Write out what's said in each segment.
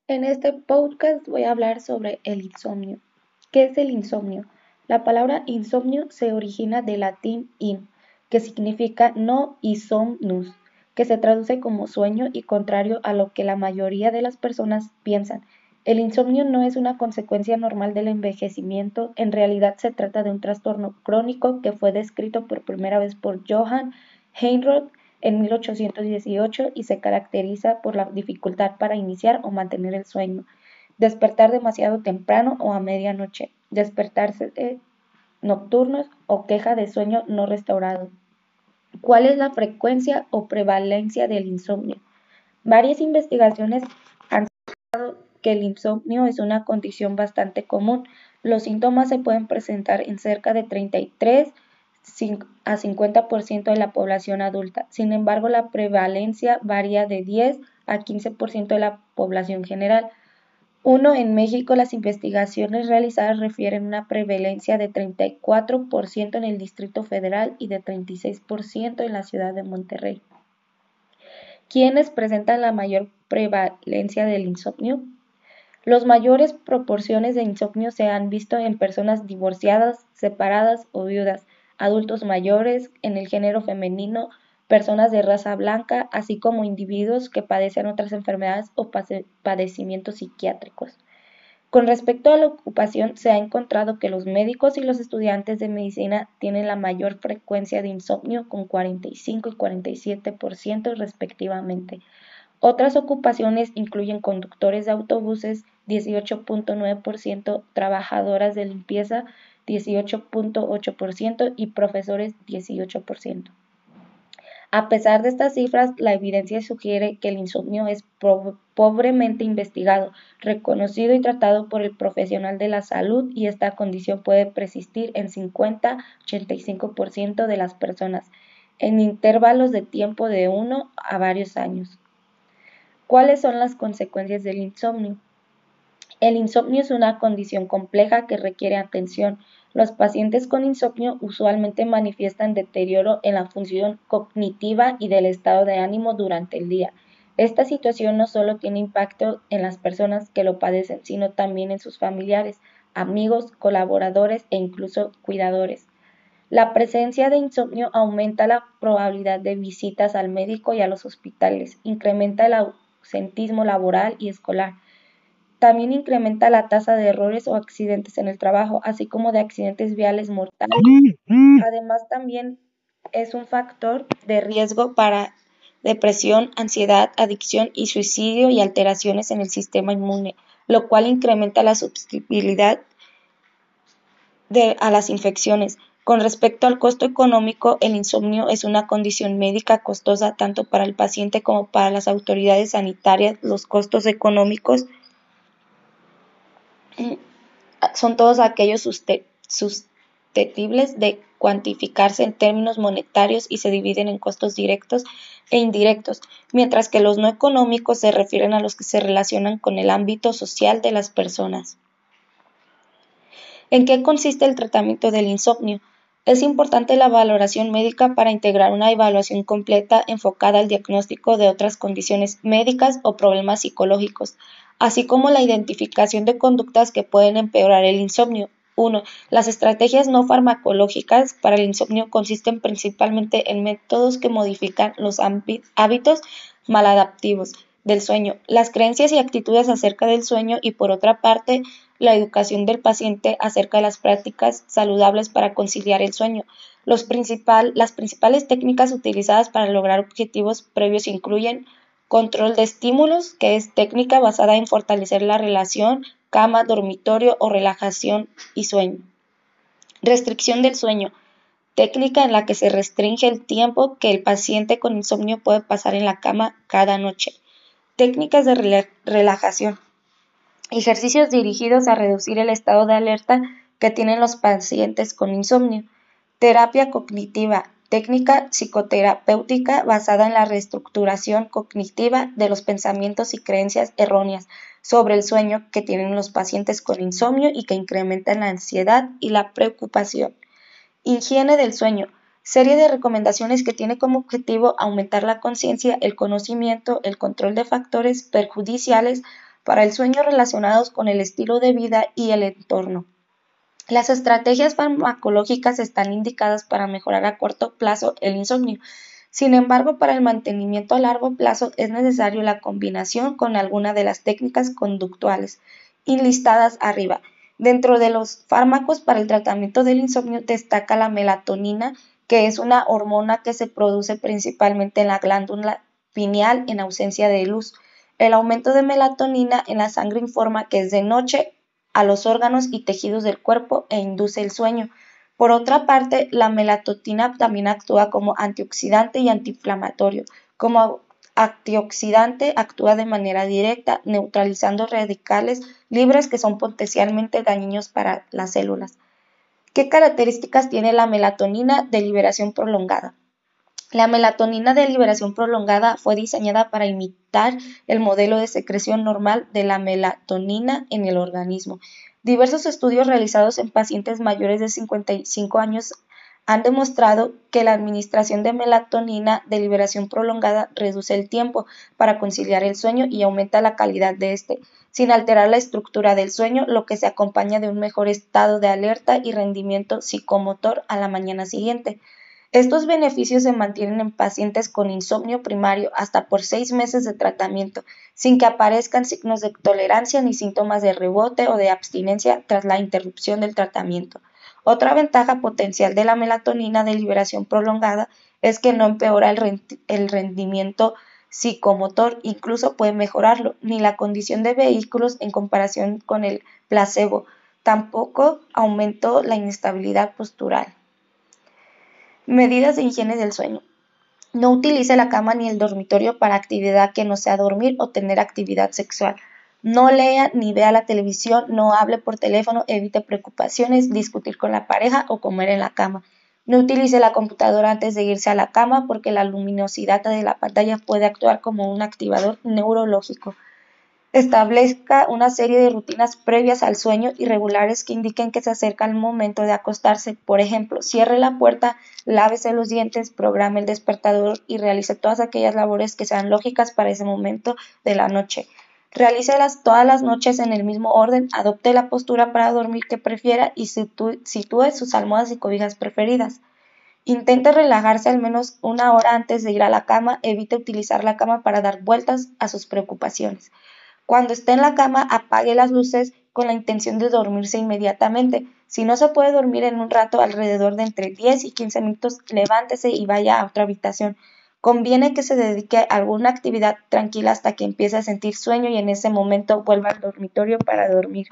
En este podcast voy a hablar sobre el insomnio. ¿Qué es el insomnio? La palabra insomnio se origina del latín in, que significa no y somnus, que se traduce como sueño y contrario a lo que la mayoría de las personas piensan. El insomnio no es una consecuencia normal del envejecimiento, en realidad se trata de un trastorno crónico que fue descrito por primera vez por Johann Heinroth en 1818 y se caracteriza por la dificultad para iniciar o mantener el sueño, despertar demasiado temprano o a medianoche, despertarse nocturnos o queja de sueño no restaurado. ¿Cuál es la frecuencia o prevalencia del insomnio? Varias investigaciones han señalado que el insomnio es una condición bastante común. Los síntomas se pueden presentar en cerca de 33 a 50% de la población adulta. Sin embargo, la prevalencia varía de 10 a 15% de la población general. En México, las investigaciones realizadas refieren una prevalencia de 34% en el Distrito Federal y de 36% en la ciudad de Monterrey. ¿Quiénes presentan la mayor prevalencia del insomnio? Las mayores proporciones de insomnio se han visto en personas divorciadas, separadas o viudas, adultos mayores, en el género femenino, personas de raza blanca, así como individuos que padecen otras enfermedades o padecimientos psiquiátricos. Con respecto a la ocupación, se ha encontrado que los médicos y los estudiantes de medicina tienen la mayor frecuencia de insomnio con 45 y 47% respectivamente. Otras ocupaciones incluyen conductores de autobuses, 18.9%, trabajadoras de limpieza, 18.8% y profesores, 18%. A pesar de estas cifras, la evidencia sugiere que el insomnio es pobremente investigado, reconocido y tratado por el profesional de la salud y esta condición puede persistir en 50-85% de las personas, en intervalos de tiempo de 1 a varios años. ¿Cuáles son las consecuencias del insomnio? El insomnio es una condición compleja que requiere atención. Los pacientes con insomnio usualmente manifiestan deterioro en la función cognitiva y del estado de ánimo durante el día. Esta situación no solo tiene impacto en las personas que lo padecen, sino también en sus familiares, amigos, colaboradores e incluso cuidadores. La presencia de insomnio aumenta la probabilidad de visitas al médico y a los hospitales, incrementa el ausentismo laboral y escolar. También incrementa la tasa de errores o accidentes en el trabajo, así como de accidentes viales mortales. Además, también es un factor de riesgo para depresión, ansiedad, adicción y suicidio y alteraciones en el sistema inmune, lo cual incrementa la susceptibilidad a las infecciones. Con respecto al costo económico, el insomnio es una condición médica costosa tanto para el paciente como para las autoridades sanitarias. Los costos económicos son todos aquellos susceptibles de cuantificarse en términos monetarios y se dividen en costos directos e indirectos, mientras que los no económicos se refieren a los que se relacionan con el ámbito social de las personas. ¿En qué consiste el tratamiento del insomnio? Es importante la valoración médica para integrar una evaluación completa enfocada al diagnóstico de otras condiciones médicas o problemas psicológicos, así como la identificación de conductas que pueden empeorar el insomnio. 1. Las estrategias no farmacológicas para el insomnio consisten principalmente en métodos que modifican los hábitos maladaptivos del sueño, las creencias y actitudes acerca del sueño y, por otra parte, la educación del paciente acerca de las prácticas saludables para conciliar el sueño. Las principales técnicas utilizadas para lograr objetivos previos incluyen control de estímulos, que es técnica basada en fortalecer la relación cama, dormitorio o relajación y sueño. Restricción del sueño, técnica en la que se restringe el tiempo que el paciente con insomnio puede pasar en la cama cada noche. Técnicas de relajación. Ejercicios dirigidos a reducir el estado de alerta que tienen los pacientes con insomnio. Terapia cognitiva, técnica psicoterapéutica basada en la reestructuración cognitiva de los pensamientos y creencias erróneas sobre el sueño que tienen los pacientes con insomnio y que incrementan la ansiedad y la preocupación. Higiene del sueño, serie de recomendaciones que tiene como objetivo aumentar la conciencia, el conocimiento, el control de factores perjudiciales para el sueño relacionados con el estilo de vida y el entorno. Las estrategias farmacológicas están indicadas para mejorar a corto plazo el insomnio. Sin embargo, para el mantenimiento a largo plazo es necesario la combinación con alguna de las técnicas conductuales enlistadas arriba. Dentro de los fármacos para el tratamiento del insomnio destaca la melatonina, que es una hormona que se produce principalmente en la glándula pineal en ausencia de luz. El aumento de melatonina en la sangre informa que es de noche a los órganos y tejidos del cuerpo e induce el sueño. Por otra parte, la melatonina también actúa como antioxidante y antiinflamatorio. Como antioxidante actúa de manera directa, neutralizando radicales libres que son potencialmente dañinos para las células. ¿Qué características tiene la melatonina de liberación prolongada? La melatonina de liberación prolongada fue diseñada para imitar el modelo de secreción normal de la melatonina en el organismo. Diversos estudios realizados en pacientes mayores de 55 años han demostrado que la administración de melatonina de liberación prolongada reduce el tiempo para conciliar el sueño y aumenta la calidad de este, sin alterar la estructura del sueño, lo que se acompaña de un mejor estado de alerta y rendimiento psicomotor a la mañana siguiente. Estos beneficios se mantienen en pacientes con insomnio primario hasta por 6 meses de tratamiento, sin que aparezcan signos de tolerancia ni síntomas de rebote o de abstinencia tras la interrupción del tratamiento. Otra ventaja potencial de la melatonina de liberación prolongada es que no empeora el rendimiento psicomotor, incluso puede mejorarlo, ni la condición de vehículos en comparación con el placebo. Tampoco aumentó la inestabilidad postural. Medidas de higiene del sueño. No utilice la cama ni el dormitorio para actividad que no sea dormir o tener actividad sexual. No lea ni vea la televisión, no hable por teléfono, evite preocupaciones, discutir con la pareja o comer en la cama. No utilice la computadora antes de irse a la cama porque la luminosidad de la pantalla puede actuar como un activador neurológico. Establezca una serie de rutinas previas al sueño y regulares que indiquen que se acerca el momento de acostarse. Por ejemplo, cierre la puerta, lávese los dientes, programe el despertador y realice todas aquellas labores que sean lógicas para ese momento de la noche. Realícelas todas las noches en el mismo orden, adopte la postura para dormir que prefiera y sitúe sus almohadas y cobijas preferidas. Intente relajarse al menos una hora antes de ir a la cama, evite utilizar la cama para dar vueltas a sus preocupaciones. Cuando esté en la cama, apague las luces con la intención de dormirse inmediatamente. Si no se puede dormir en un rato, alrededor de entre 10 y 15 minutos, levántese y vaya a otra habitación. Conviene que se dedique a alguna actividad tranquila hasta que empiece a sentir sueño y en ese momento vuelva al dormitorio para dormir.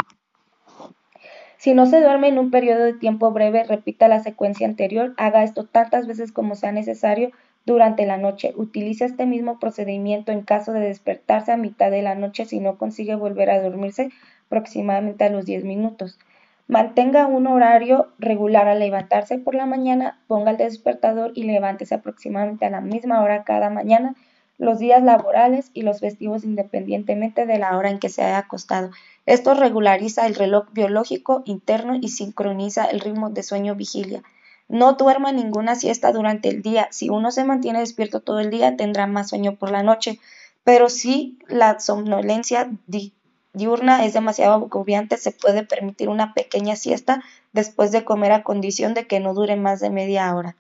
Si no se duerme en un periodo de tiempo breve, repita la secuencia anterior, haga esto tantas veces como sea necesario durante la noche. Utilice este mismo procedimiento en caso de despertarse a mitad de la noche si no consigue volver a dormirse aproximadamente a los 10 minutos. Mantenga un horario regular al levantarse por la mañana, ponga el despertador y levántese aproximadamente a la misma hora cada mañana, los días laborales y los festivos independientemente de la hora en que se haya acostado. Esto regulariza el reloj biológico interno y sincroniza el ritmo de sueño-vigilia. No duerma ninguna siesta durante el día. Si uno se mantiene despierto todo el día, tendrá más sueño por la noche. Pero si la somnolencia diurna es demasiado agobiante, se puede permitir una pequeña siesta después de comer a condición de que no dure más de media hora.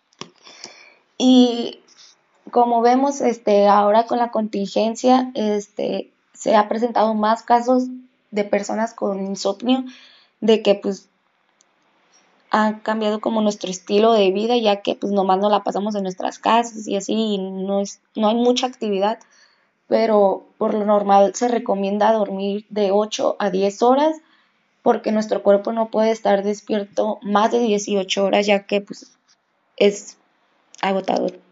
Y como vemos, ahora con la contingencia, se ha presentado más casos de personas con insomnio, de que pues ha cambiado como nuestro estilo de vida, ya que pues nomás nos la pasamos en nuestras casas y así, y no hay mucha actividad, pero por lo normal se recomienda dormir de 8 a 10 horas, porque nuestro cuerpo no puede estar despierto más de 18 horas, ya que pues es agotador.